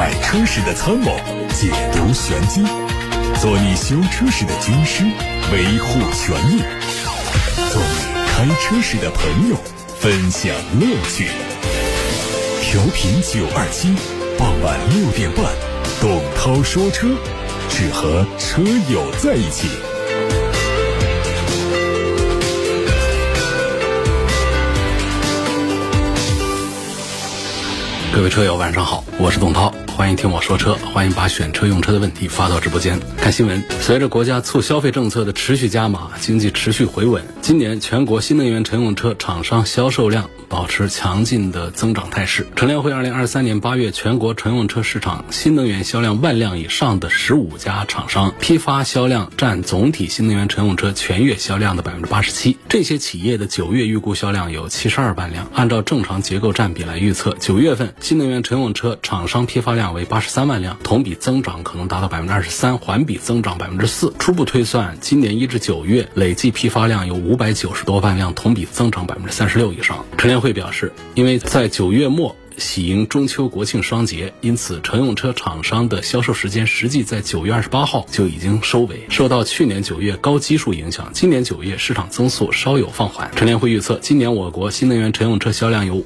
买车时的参谋，解读玄机，做你修车时的军师，维护权益，做你开车时的朋友，分享乐趣。调频927，傍晚6点半，董涛说车，只和车友在一起。 各位车友晚上好，我是董涛，欢迎听我说车，欢迎把选车用车的问题发到直播间。看新闻，随着国家促消费政策的持续加码，经济持续回稳，今年全国新能源乘用车厂商销售量保持强劲的增长态势。乘联会2023年8月全国乘用车市场新能源销量万辆以上的15家厂商，批发销量占总体新能源乘用车全月销量的 87%。这些企业的9月预估销量有72万辆，按照正常结构占比来预测，9月份新能源乘用车厂商批发量为83万辆，同比增长可能达到 23%， 环比增长 4%。初步推算，今年1至9月累计批发量有590多万辆，同比增长 36% 以上。乘联会表示，因为在9月末喜迎中秋国庆双节，因此乘用车厂商的销售时间实际在9月28号就已经收尾。受到去年9月高基数影响，今年9月市场增速稍有放缓。乘联会预测，今年我国新能源乘用车销量有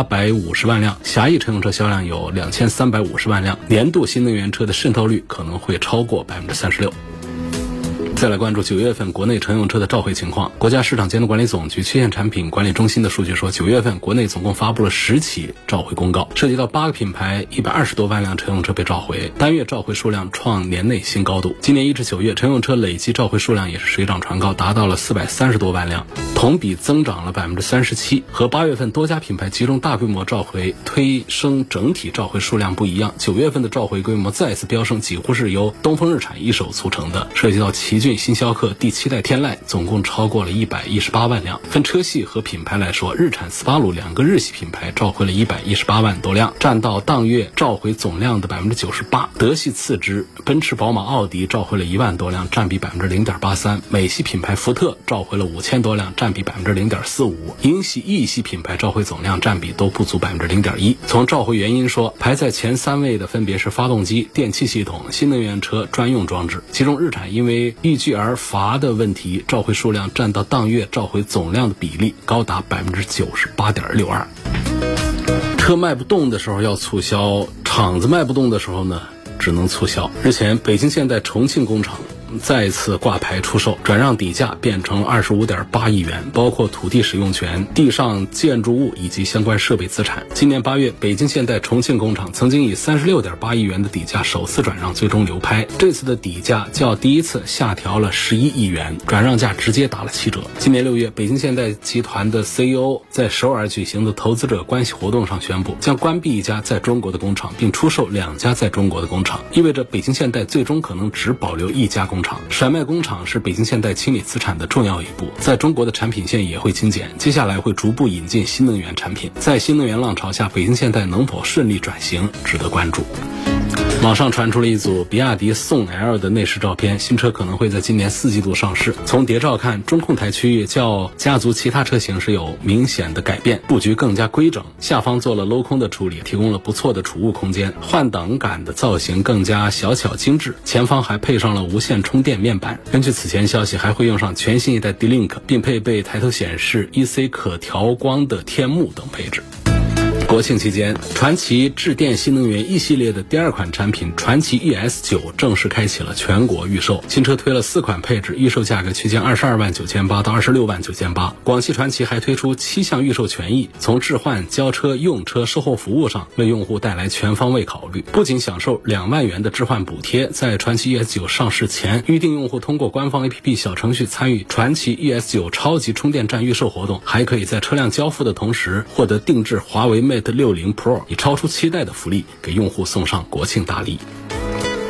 850万辆，狭义乘用车销量有2350万辆，年度新能源车的渗透率可能会超过 36%。再来关注9月份国内乘用车的召回情况。国家市场监督管理总局区县产品管理中心的数据说，9月份国内总共发布了10起召回公告，涉及到8个品牌120多万辆乘用车被召回，单月召回数量创年内新高度。今年1至9月乘用车累计召回数量也是水涨船高，达到了430多万辆，同比增长了 37%。和8月份多家品牌集中大规模召回推升整体召回数量不一样，9月份的召回规模再次飙升，几乎是由东风日产一手促成的，涉及到奇骏、新逍客、第7代天籁，总共超过了118万辆。分车系和品牌来说，日产、斯巴鲁两个日系品牌召回了118万多辆，占到当月召回总量的 98%。德系次之，奔驰、宝马、奥迪召回了1万多辆，占比 0.83%。美系品牌福特召回了5000多辆，占比 0.45%。英系、意系品牌召回总量占比都不足 0.1%。从召回原因说，排在前3位的分别是发动机、电气系统、新能源车专用装置。其中日产因为逾矩而罚的问题，召回数量占到当月召回总量的比例高达 98.62%。车卖不动的时候要促销，厂子卖不动的时候呢，只能促销。日前，北京现代重庆工厂再次挂牌出售，转让底价变成 25.8 亿元，包括土地使用权、地上建筑物以及相关设备资产。今年8月，北京现代重庆工厂曾经以 36.8 亿元的底价首次转让，最终流拍。这次的底价较第一次下调了11亿元，转让价直接打了7折。今年6月，北京现代集团的 CEO 在首尔举行的投资者关系活动上宣布，将关闭一家在中国的工厂，并出售2家在中国的工厂，意味着北京现代最终可能只保留1家工厂。甩卖工厂是北京现代清理资产的重要一步，在中国的产品线也会精简，接下来会逐步引进新能源产品。在新能源浪潮下，北京现代能否顺利转型，值得关注。网上传出了一组比亚迪宋 L 的内饰照片，新车可能会在今年4季度上市。从谍照看，中控台区域较家族其他车型是有明显的改变，布局更加规整，下方做了镂空的处理，提供了不错的储物空间。换挡杆的造型更加小巧精致，前方还配上了无线充电面板。根据此前消息，还会用上全新一代 D-Link， 并配备抬头显示、EC 可调光的天幕等配置。国庆期间，传祺智电新能源 E 系列的第2款产品传祺 ES9 正式开启了全国预售。新车推了4款配置，预售价格区间22万9800到26万9800。广汽传祺还推出7项预售权益，从置换、交车、用车、售后服务上为用户带来全方位考虑。不仅享受2万元的置换补贴，在传祺 ES9 上市前，预定用户通过官方 APP 小程序参与传祺 ES9 超级充电站预售活动，还可以在车辆交付的同时获得定制华为 Mate 60 Pro， 以超出期待的福利给用户送上国庆大礼。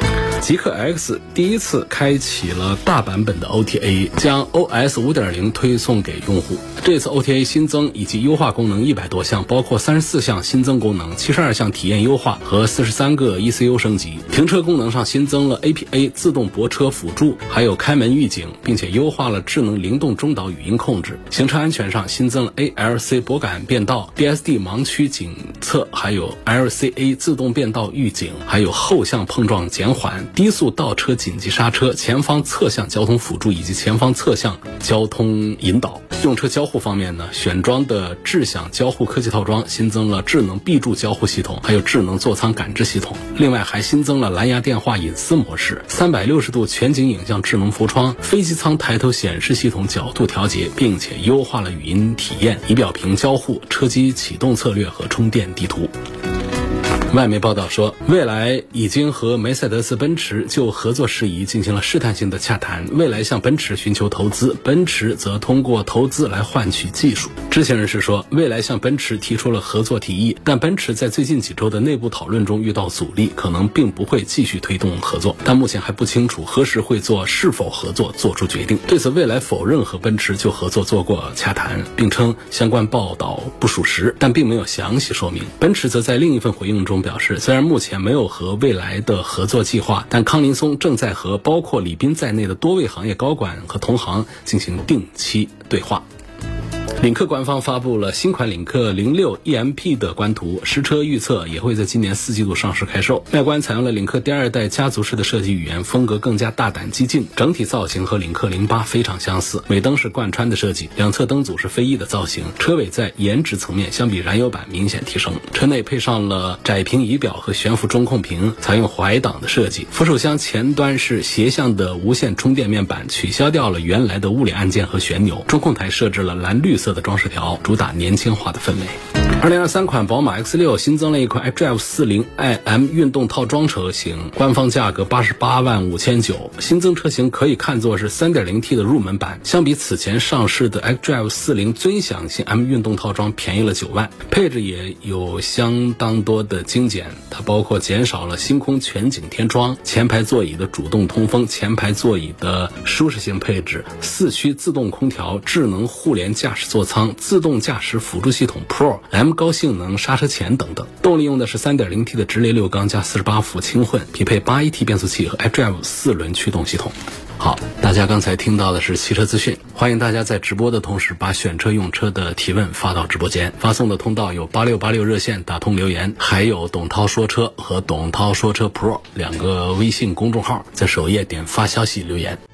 极氪 X 第一次开启了大版本的 OTA， 将 OS 5.0 推送给用户。这次 OTA 新增以及优化功能100多项，包括34项新增功能、72项体验优化和43个 ECU 升级。停车功能上新增了 APA 自动泊车辅助，还有开门预警，并且优化了智能灵动中岛语音控制。行车安全上新增了 ALC 拨杆变道、BSD 盲区检测，还有 LCA 自动变道预警，还有后向碰撞减缓、低速倒车紧急刹车、前方侧向交通辅助以及前方侧向交通引导。用车交互方面呢，选装的智享交互科技套装新增了智能闭柱交互系统，还有智能座舱感知系统。另外还新增了蓝牙电话隐私模式、360度全景影像智能浮窗、飞机舱抬头显示系统角度调节，并且优化了语音体验、仪表屏交互、车机启动策略和充电地图。外媒报道说，蔚来已经和梅赛德斯奔驰就合作事宜进行了试探性的洽谈。蔚来向奔驰寻求投资，奔驰则通过投资来换取技术。知情人士说，蔚来向奔驰提出了合作提议，但奔驰在最近几周的内部讨论中遇到阻力，可能并不会继续推动合作。但目前还不清楚何时会做是否合作做出决定。对此，蔚来否认和奔驰就合作做过洽谈，并称相关报道不属实，但并没有详细说明。奔驰则在另一份回应中表示，虽然目前没有和蔚来的合作计划，但康林松正在和包括李斌在内的多位行业高管和同行进行定期对话。领克官方发布了新款领克06 EMP 的官图，实车预测也会在今年4季度上市开售。外观采用了领克第2代家族式的设计语言，风格更加大胆激进，整体造型和领克08非常相似。尾灯是贯穿的设计，两侧灯组是飞翼的造型，车尾在颜值层面相比燃油版明显提升。车内配上了窄屏仪表和悬浮中控屏，采用怀档的设计。扶手箱前端是斜向的无线充电面板，取消掉了原来的物理按键和旋钮。中控台设置了蓝绿色的装饰条，主打年轻化的氛围。2023款宝马 X6 新增了一款 xDrive 40 iM 运动套装车型，官方价格88.590万。新增车型可以看作是 3.0T 的入门版，相比此前上市的 xDrive 40尊享型 M 运动套装便宜了9万。配置也有相当多的精简，它包括减少了星空全景天窗、前排座椅的主动通风、前排座椅的舒适性配置、4驱自动空调、智能互联驾驶座舱、自动驾驶辅助系统 Pro、M 高性能刹车钳等等。动力用的是 3.0T 的直列6缸加48伏轻混，匹配 8AT 变速器和 xDrive 4轮驱动系统。好，大家刚才听到的是汽车资讯，欢迎大家在直播的同时把选车用车的提问发到直播间。发送的通道有8686热线打通留言，还有董涛说车和董涛说车 Pro 2个微信公众号，在首页点发消息留言。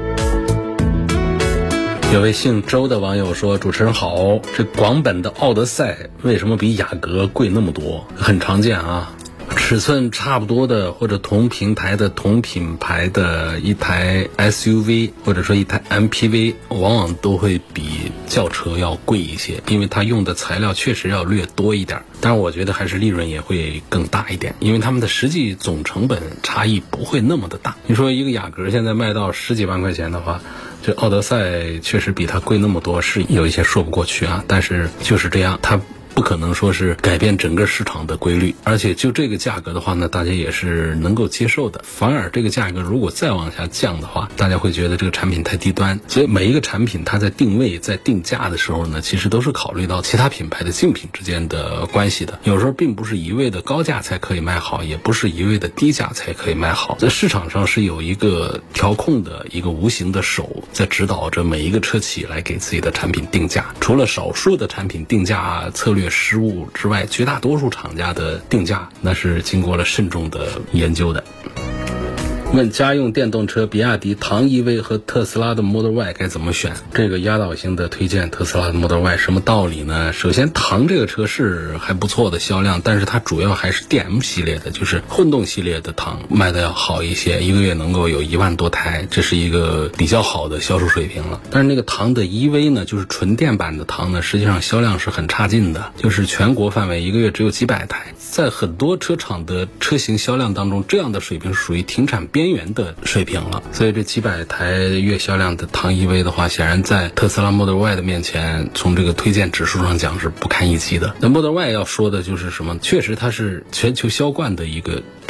有位姓周的网友说，主持人好，这广本的奥德赛为什么比雅阁贵那么多？很常见啊，尺寸差不多的或者同平台的同品牌的一台 SUV 或者说一台 MPV 往往都会比轿车要贵一些，因为它用的材料确实要略多一点，当然我觉得还是利润也会更大一点，因为他们的实际总成本差异不会那么的大。你说一个雅阁现在卖到10几万块钱的话，这奥德赛确实比它贵那么多，是有一些说不过去啊，但是就是这样，它不可能说是改变整个市场的规律，而且就这个价格的话呢，大家也是能够接受的。反而这个价格如果再往下降的话，大家会觉得这个产品太低端。所以每一个产品它在定位在定价的时候呢，其实都是考虑到其他品牌的竞品之间的关系的。有时候并不是一味的高价才可以卖好，也不是一味的低价才可以卖好，在市场上是有一个调控的一个无形的手在指导着每一个车企来给自己的产品定价。除了少数的产品定价策略失误之外，绝大多数厂家的定价那是经过了慎重的研究的。问家用电动车比亚迪唐 EV 和特斯拉的 Model Y 该怎么选？这个压倒性的推荐特斯拉的 Model Y， 什么道理呢？首先唐这个车是还不错的销量，但是它主要还是 DM 系列的，就是混动系列的唐卖的要好一些，一个月能够有1万多台，这是一个比较好的销售水平了。但是那个唐的 EV 呢，就是纯电版的唐呢，实际上销量是很差劲的，就是全国范围一个月只有几百台，在很多车厂的车型销量当中，这样的水平是属于停产边缘的水平了。所以这几百台月销量的唐 EV 的话，显然在特斯拉 Model Y 的面前，从这个推荐指数上讲是不堪一击的。那 Model Y 要说的就是什么？确实它是全球销冠的一个车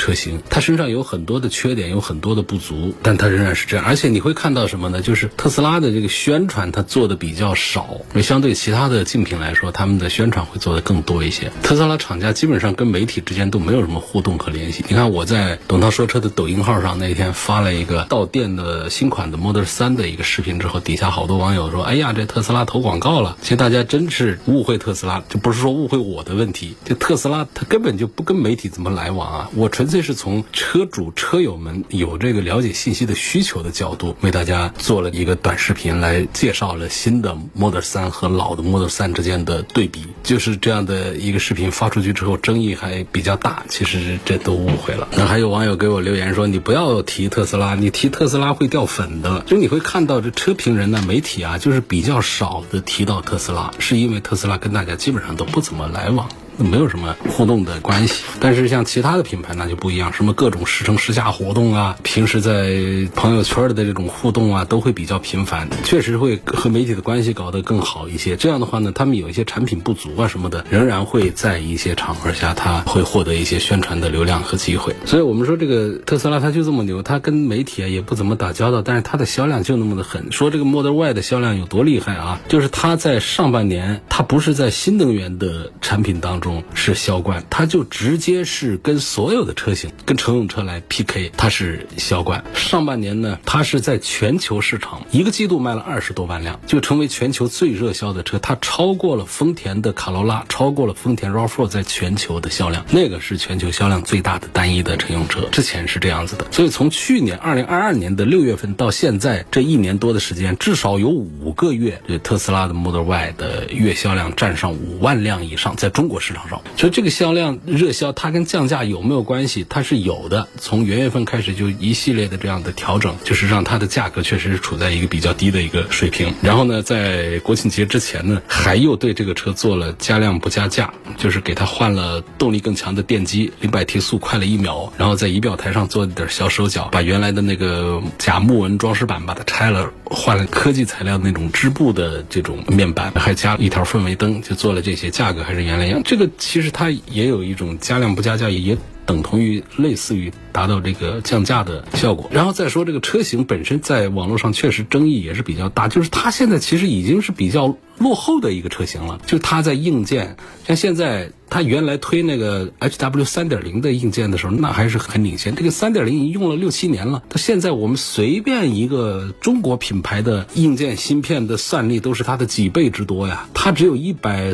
车型，它身上有很多的缺点，有很多的不足，但它仍然是这样。而且你会看到什么呢？就是特斯拉的这个宣传它做的比较少，因为相对其他的竞品来说，他们的宣传会做的更多一些。特斯拉厂家基本上跟媒体之间都没有什么互动和联系。你看我在董涛说车的抖音号上那天发了一个到店的新款的 Model 3的一个视频之后，底下好多网友说，哎呀，这特斯拉投广告了。其实大家真是误会特斯拉，就不是说误会我的问题，这特斯拉它根本就不跟媒体怎么来往啊。我纯粹是从车主车友们有这个了解信息的需求的角度，为大家做了一个短视频，来介绍了新的 Model 3和老的 Model 3之间的对比。就是这样的一个视频发出去之后，争议还比较大，其实这都误会了。那还有网友给我留言说，你不要提特斯拉，你提特斯拉会掉粉的。就你会看到这车评人呢，媒体啊，就是比较少的提到特斯拉，是因为特斯拉跟大家基本上都不怎么来往，没有什么互动的关系。但是像其他的品牌那就不一样，什么各种时乘时下活动啊，平时在朋友圈的这种互动啊，都会比较频繁，确实会和媒体的关系搞得更好一些。这样的话呢，他们有一些产品不足啊什么的，仍然会在一些场合下他会获得一些宣传的流量和机会。所以我们说这个特斯拉它就这么牛，它跟媒体啊也不怎么打交道，但是它的销量就那么的狠。说这个 Model Y 的销量有多厉害啊，就是它在上半年它不是在新能源的产品当中是销冠，它就直接是跟所有的车型跟乘用车来 PK， 它是销冠。上半年呢，它是在全球市场一个季度卖了20多万辆，就成为全球最热销的车，它超过了丰田的卡罗拉，超过了丰田 RAV4 在全球的销量，那个是全球销量最大的单一的乘用车，之前是这样子的。所以从去年2022年的6月份到现在这1年多的时间，至少有5个月，这特斯拉的 Model Y 的月销量占上5万辆以上，在中国市场上。所以这个销量热销它跟降价有没有关系？它是有的，从元月份开始就一系列的这样的调整，就是让它的价格确实是处在一个比较低的一个水平。然后呢，在国庆节之前呢，还又对这个车做了加量不加价，就是给它换了动力更强的电机，0-100提速快了1秒，然后在仪表台上做了点小手脚，把原来的那个假木纹装饰板把它拆了，换了科技材料那种织布的这种面板，还加了一条氛围灯，就做了这些，价格还是原来一样。这个其实它也有一种加量不加价，也等同于类似于达到这个降价的效果。然后再说这个车型本身在网络上确实争议也是比较大，就是它现在其实已经是比较落后的一个车型了，就它在硬件，像现在它原来推那个 HW 3.0 的硬件的时候，那还是很领先，这个 3.0 已经用了6-7年了，到现在我们随便一个中国品牌的硬件芯片的算力都是它的几倍之多呀，它只有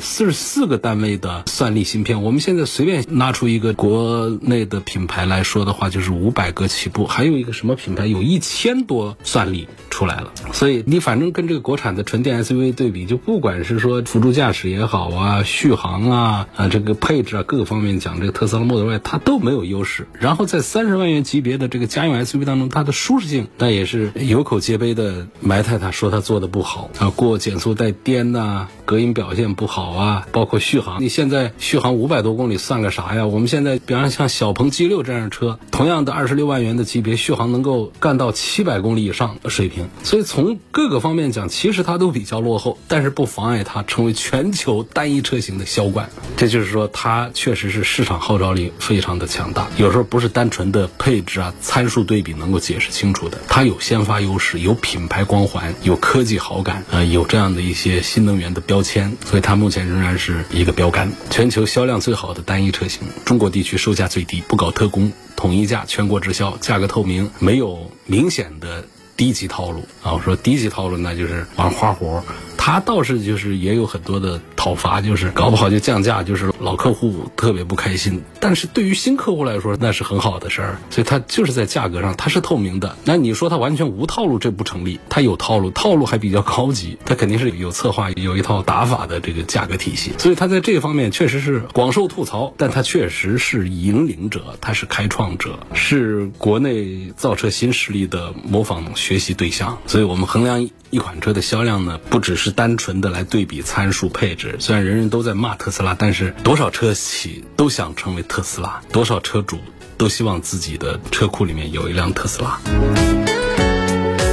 144个单位的算力芯片，我们现在随便拿出一个国内的品牌来说的话，就是500个起步，还有一个什么品牌有1000多算力出来了。所以你反正跟这个国产的纯电 SUV 对比，就不管是说辅助驾驶也好啊，续航啊，这个配置啊，各个方面讲，这个特斯拉 Model Y 它都没有优势。然后在30万元级别的这个家用 SUV 当中，它的舒适性那也是有口皆碑的埋汰它，说它做的不好啊，过减速带颠呐，隔音表现不好啊，包括续航，你现在续航500多公里算个啥呀？我们现在比方像小鹏 G6 这样的车，同样的26万元的级别，续航能够干到700公里以上的水平。所以从各个方面讲，其实它都比较落后，但是不妨碍它成为全球单一车型的销冠。这就是说它确实是市场号召力非常的强大，有时候不是单纯的配置啊参数对比能够解释清楚的，它有先发优势，有品牌光环，有科技好感，有这样的一些新能源的标签，所以它目前仍然是一个标杆，全球销量最好的单一车型，中国地区售价最低，不搞特供，统一价，全国直销，价格透明，没有明显的低级套路啊。我说低级套路那就是玩花活，它倒是就是也有很多的讨伐，就是搞不好就降价，就是老客户特别不开心，但是对于新客户来说那是很好的事儿，所以它就是在价格上它是透明的。那你说它完全无套路，这不成立，它有套路，套路还比较高级，它肯定是有策划，有一套打法的这个价格体系，所以它在这方面确实是广受吐槽，但它确实是引领者，它是开创者，是国内造车新势力的模仿学习对象。所以我们衡量一款车的销量呢，不只是单纯的来对比参数配置，虽然人人都在骂特斯拉，但是多少车企都想成为特斯拉，多少车主都希望自己的车库里面有一辆特斯拉。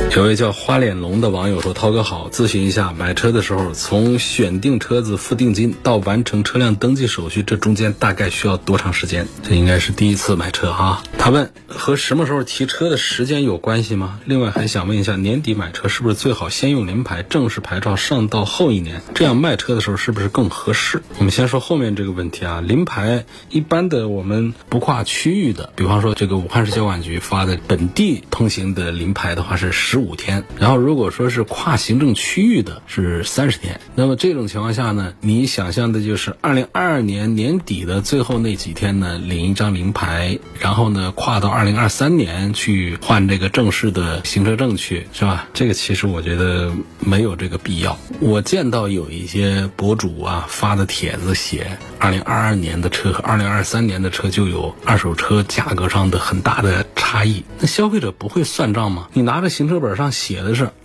有位叫花脸龙的网友说，涛哥好，咨询一下，买车的时候从选定车子付定金到完成车辆登记手续，这中间大概需要多长时间？这应该是第一次买车哈。他问和什么时候提车的时间有关系吗？另外还想问一下，年底买车是不是最好先用临牌，正式牌照上到后1年，这样卖车的时候是不是更合适？我们先说后面这个问题啊。临牌一般的我们不跨区域的，比方说这个武汉市交管局发的本地通行的临牌的话是15天，然后如果说是跨行政区域的是30天。那么这种情况下呢，你想象的就是2022年年底的最后那几天呢，领一张临牌，然后呢跨到2023年去换这个正式的行车证去，是吧？这个其实我觉得没有这个必要。我见到有一些博主啊发的帖子写2022年的车和2023年的车就有二手车价格上的很大的差异，那消费者不会算账吗？你拿着行车本上写的是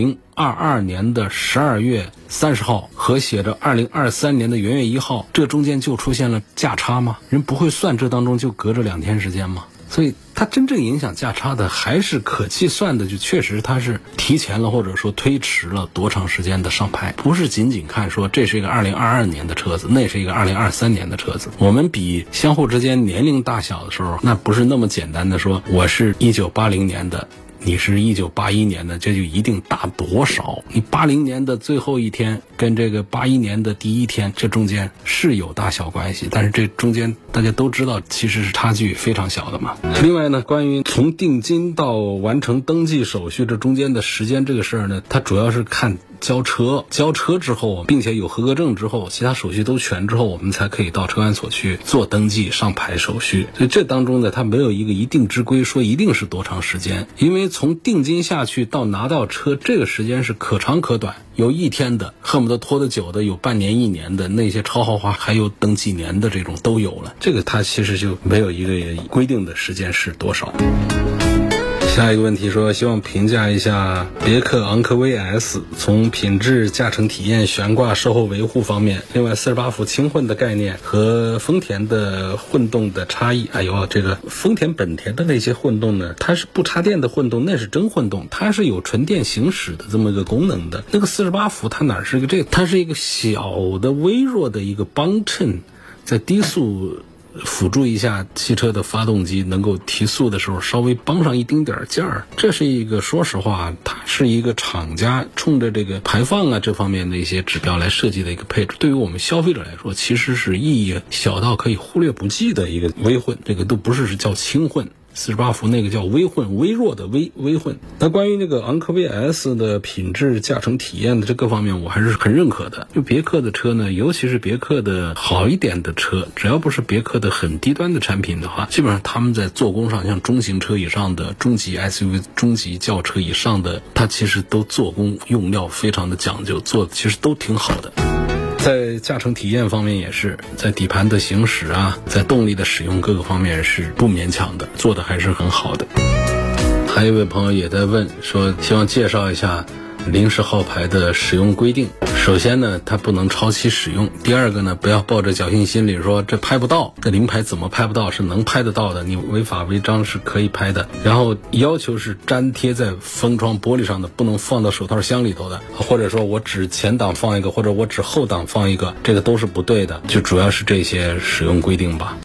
2022年的12月30号和写着2023年的元月1号，这中间就出现了价差吗？人不会算，这当中就隔着2天时间吗？所以它真正影响价差的还是可计算的，就确实它是提前了或者说推迟了多长时间的上牌，不是仅仅看说这是一个2022年的车子，那是一个2023年的车子。我们比相互之间年龄大小的时候，那不是那么简单的说我是1980年的，你是1981年的，这就一定大多少？你80年的最后一天跟这个81年的第一天，这中间是有大小关系，但是这中间大家都知道其实是差距非常小的嘛。另外呢，关于从定金到完成登记手续这中间的时间这个事儿呢，它主要是看交车之后，并且有合格证之后，其他手续都全之后，我们才可以到车管所去做登记上牌手续。所以这当中呢，它没有一个一定之规说一定是多长时间，因为从定金下去到拿到车，这个时间是可长可短，有1天的，恨不得拖得久的，有半年1年的，那些超豪华还有等几年的这种都有了。这个它其实就没有一个规定的时间是多少。下一个问题说，希望评价一下别克昂科威 S 从品质、驾乘体验、悬挂、售后维护方面，另外48伏轻混的概念和丰田的混动的差异。哎呦，这个丰田、本田的那些混动呢，它是不插电的混动，那是真混动，它是有纯电行驶的这么一个功能的。那个48伏它哪是一个这个，它是一个小的微弱的一个帮衬，在低速辅助一下汽车的发动机能够提速的时候稍微帮上一丁点劲儿，这是一个说实话它是一个厂家冲着这个排放啊这方面的一些指标来设计的一个配置，对于我们消费者来说其实是意义小到可以忽略不计的一个微混，这个都不是叫轻混，48伏那个叫微混，微弱的微混。那关于那个昂科威 S 的品质、驾乘体验的这各方面我还是很认可的。就别克的车呢，尤其是别克的好一点的车，只要不是别克的很低端的产品的话，基本上他们在做工上，像中型车以上的、中级 SUV、中级轿车以上的，它其实都做工用料非常的讲究，做的其实都挺好的。在驾乘体验方面也是，在底盘的行驶啊，在动力的使用各个方面是不勉强的，做的还是很好的。还有一位朋友也在问说，希望介绍一下临时号牌的使用规定。首先呢，它不能超期使用。第二个呢，不要抱着侥幸心理说这拍不到，这临牌怎么拍不到？是能拍得到的，你违法违章是可以拍的。然后要求是粘贴在风窗玻璃上的，不能放到手套箱里头的，或者说我只前挡放一个，或者我只后挡放一个，这个都是不对的。就主要是这些使用规定吧。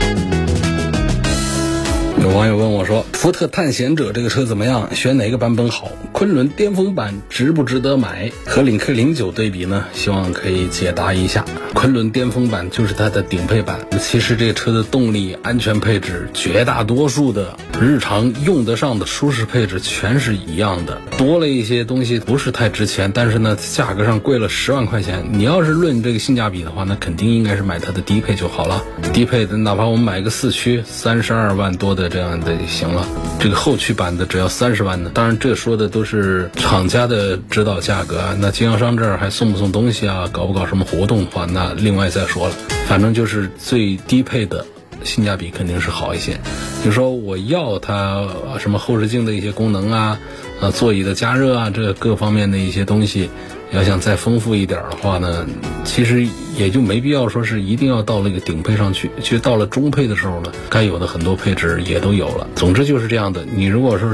有网友问我说，福特探险者这个车怎么样？选哪个版本好？昆仑巅峰版值不值得买？和领克09对比呢？希望可以解答一下。昆仑巅峰版就是它的顶配版，其实这个车的动力、安全配置，绝大多数的日常用得上的舒适配置全是一样的，多了一些东西不是太值钱，但是呢价格上贵了10万块钱。你要是论这个性价比的话，那肯定应该是买它的低配就好了。低配的哪怕我们买个4驱32万多的这样的就行了，这个后驱版的只要30万的。当然这说的都是厂家的指导价格啊，那经销商这儿还送不送东西啊，搞不搞什么活动的话，那另外再说了。反正就是最低配的性价比肯定是好一些。比如说我要它什么后视镜的一些功能啊，座椅的加热啊，这各方面的一些东西要想再丰富一点的话呢，其实也就没必要说是一定要到那个顶配上去，其实到了中配的时候呢，该有的很多配置也都有了。总之就是这样的，你如果说是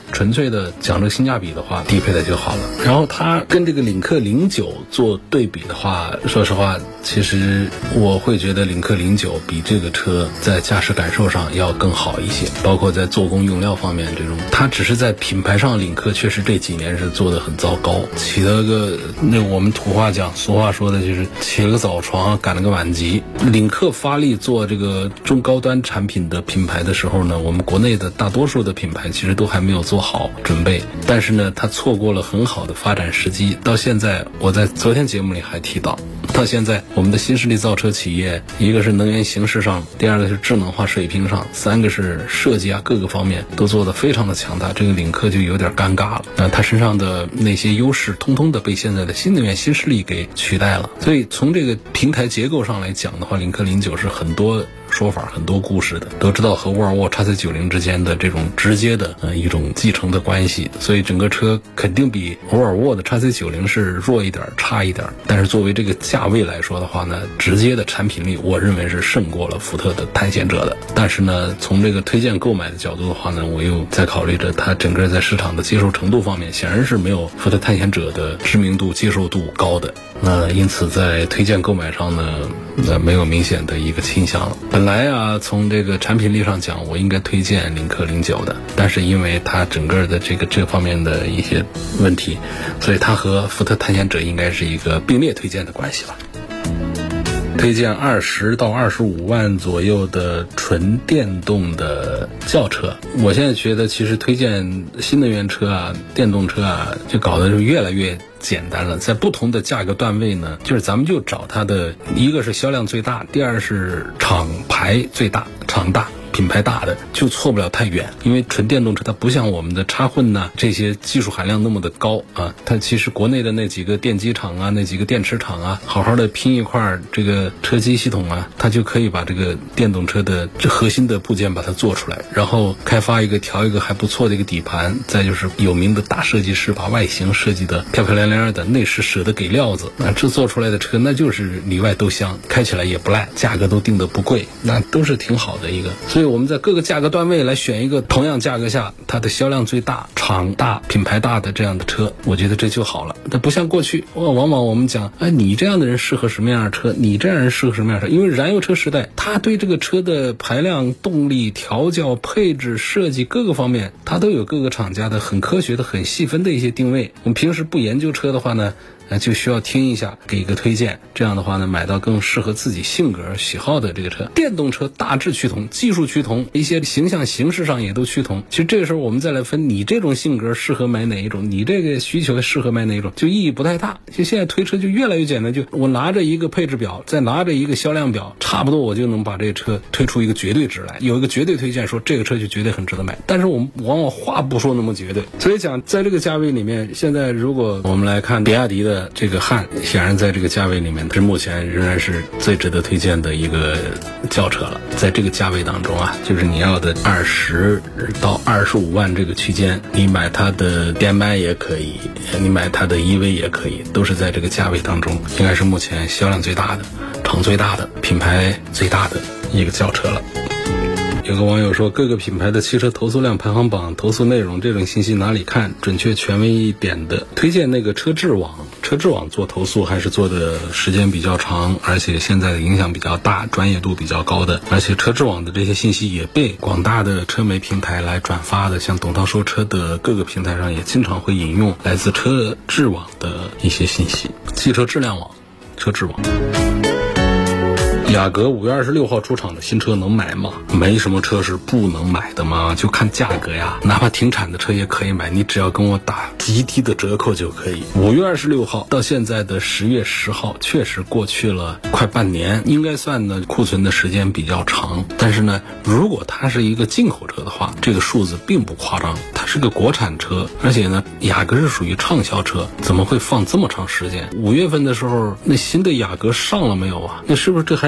纯粹的讲这个性价比的话，低配的就好了。然后它跟这个领克09做对比的话，说实话，其实我会觉得领克09比这个车在驾驶感受上要更好一些，包括在做工用料方面，这种它只是在品牌上，领克确实这几年是做得很糟糕，起了个那我们土话讲，俗话说的就是起了个早床赶了个晚集。领克发力做这个中高端产品的品牌的时候呢，我们国内的大多数的品牌其实都还没有做好准备，但是呢，它错过了很好的发展时机。到现在，我在昨天节目里还提到，到现在我们的新势力造车企业，一个是能源形式上，第二个是智能化水平上，三个是设计啊各个方面都做得非常的强大，这个领克就有点尴尬了。它身上的那些优势通通的被现在的新能源新势力给取代了。所以从这个平台结构上来讲的话，领克09是很多说法很多故事的，都知道和沃尔沃 XC90 之间的这种直接的一种继承的关系，所以整个车肯定比沃尔沃的 XC90 是弱一点差一点，但是作为这个价位来说的话呢，直接的产品力我认为是胜过了福特的探险者的。但是呢，从这个推荐购买的角度的话呢，我又在考虑着它整个在市场的接受程度方面，显然是没有福特探险者的知名度接受度高的，因此在推荐购买上呢，没有明显的一个倾向了。本来啊，从这个产品力上讲，我应该推荐领克09的，但是因为它整个的这方面的一些问题，所以它和福特探险者应该是一个并列推荐的关系吧。推荐20到25万左右的纯电动的轿车。我现在觉得其实推荐新能源车啊、电动车啊，就搞得就越来越简单了。在不同的价格段位呢，就是咱们就找它的，一个是销量最大，第二是厂牌最大、厂大品牌大的，就错不了太远。因为纯电动车它不像我们的插混呐，这些技术含量那么的高啊，它其实国内的那几个电机厂啊，那几个电池厂啊，好好的拼一块这个车机系统啊，它就可以把这个电动车的这核心的部件把它做出来，然后开发一个调一个还不错的一个底盘，再就是有名的大设计师把外形设计的漂漂亮亮的，内饰舍得给料子，那这做出来的车那就是里外都香，开起来也不赖，价格都定得不贵，那都是挺好的一个。所以我们在各个价格段位来选一个同样价格下它的销量最大、厂大、品牌大的这样的车，我觉得这就好了。它不像过去往往我们讲，你这样的人适合什么样的车，你这样的人适合什么样的车。因为燃油车时代，它对这个车的排量、动力、调教、配置、设计各个方面，它都有各个厂家的很科学的、很细分的一些定位。我们平时不研究车的话呢，就需要听一下，给一个推荐，这样的话呢，买到更适合自己性格喜好的这个车。电动车大致趋同，技术趋同，一些形象形式上也都趋同。其实这个时候我们再来分，你这种性格适合买哪一种，你这个需求适合买哪一种，就意义不太大。就现在推车就越来越简单，就我拿着一个配置表，再拿着一个销量表，差不多我就能把这个车推出一个绝对值来，有一个绝对推荐说这个车就绝对很值得买。但是我们往往话不说那么绝对，所以讲在这个价位里面，现在如果我们来看比亚迪的这个汉，显然在这个价位里面是目前仍然是最值得推荐的一个轿车了。在这个价位当中啊，就是你要的20到25万这个区间，你买它的 DM-i 也可以，你买它的 EV 也可以，都是在这个价位当中应该是目前销量最大的、厂最大的、品牌最大的一个轿车了。有个网友说，各个品牌的汽车投诉量排行榜、投诉内容这种信息哪里看？准确权威一点的，推荐那个车质网做投诉还是做的时间比较长，而且现在的影响比较大，专业度比较高的，而且车质网的这些信息也被广大的车媒平台来转发的，像董涛说车的各个平台上也经常会引用来自车质网的一些信息。汽车质量网、车质网。雅阁5月26号出厂的新车能买吗？没什么车是不能买的嘛，就看价格呀，哪怕停产的车也可以买，你只要跟我打极低的折扣就可以。5月26号到现在的10月10号，确实过去了快半年，应该算呢库存的时间比较长。但是呢，如果它是一个进口车的话，这个数字并不夸张，它是个国产车，而且呢，雅阁是属于畅销车，怎么会放这么长时间？5月份的时候，那新的雅阁上了没有啊？那是不是这还是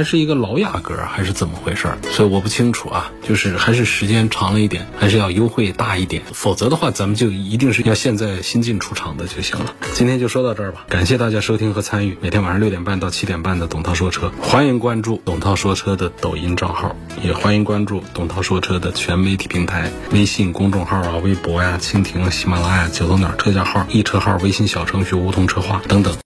是一个老雅阁还是怎么回事？所以我不清楚啊，就是还是时间长了一点，还是要优惠大一点，否则的话咱们就一定是要现在新进出厂的就行了。今天就说到这儿吧，感谢大家收听和参与每天晚上6点半到7点半的董涛说车，欢迎关注董涛说车的抖音账号，也欢迎关注董涛说车的全媒体平台，微信公众号啊、微博呀、蜻蜓、喜马拉雅、9头鸟车架号、易车号、微信小程序梧桐车话等等。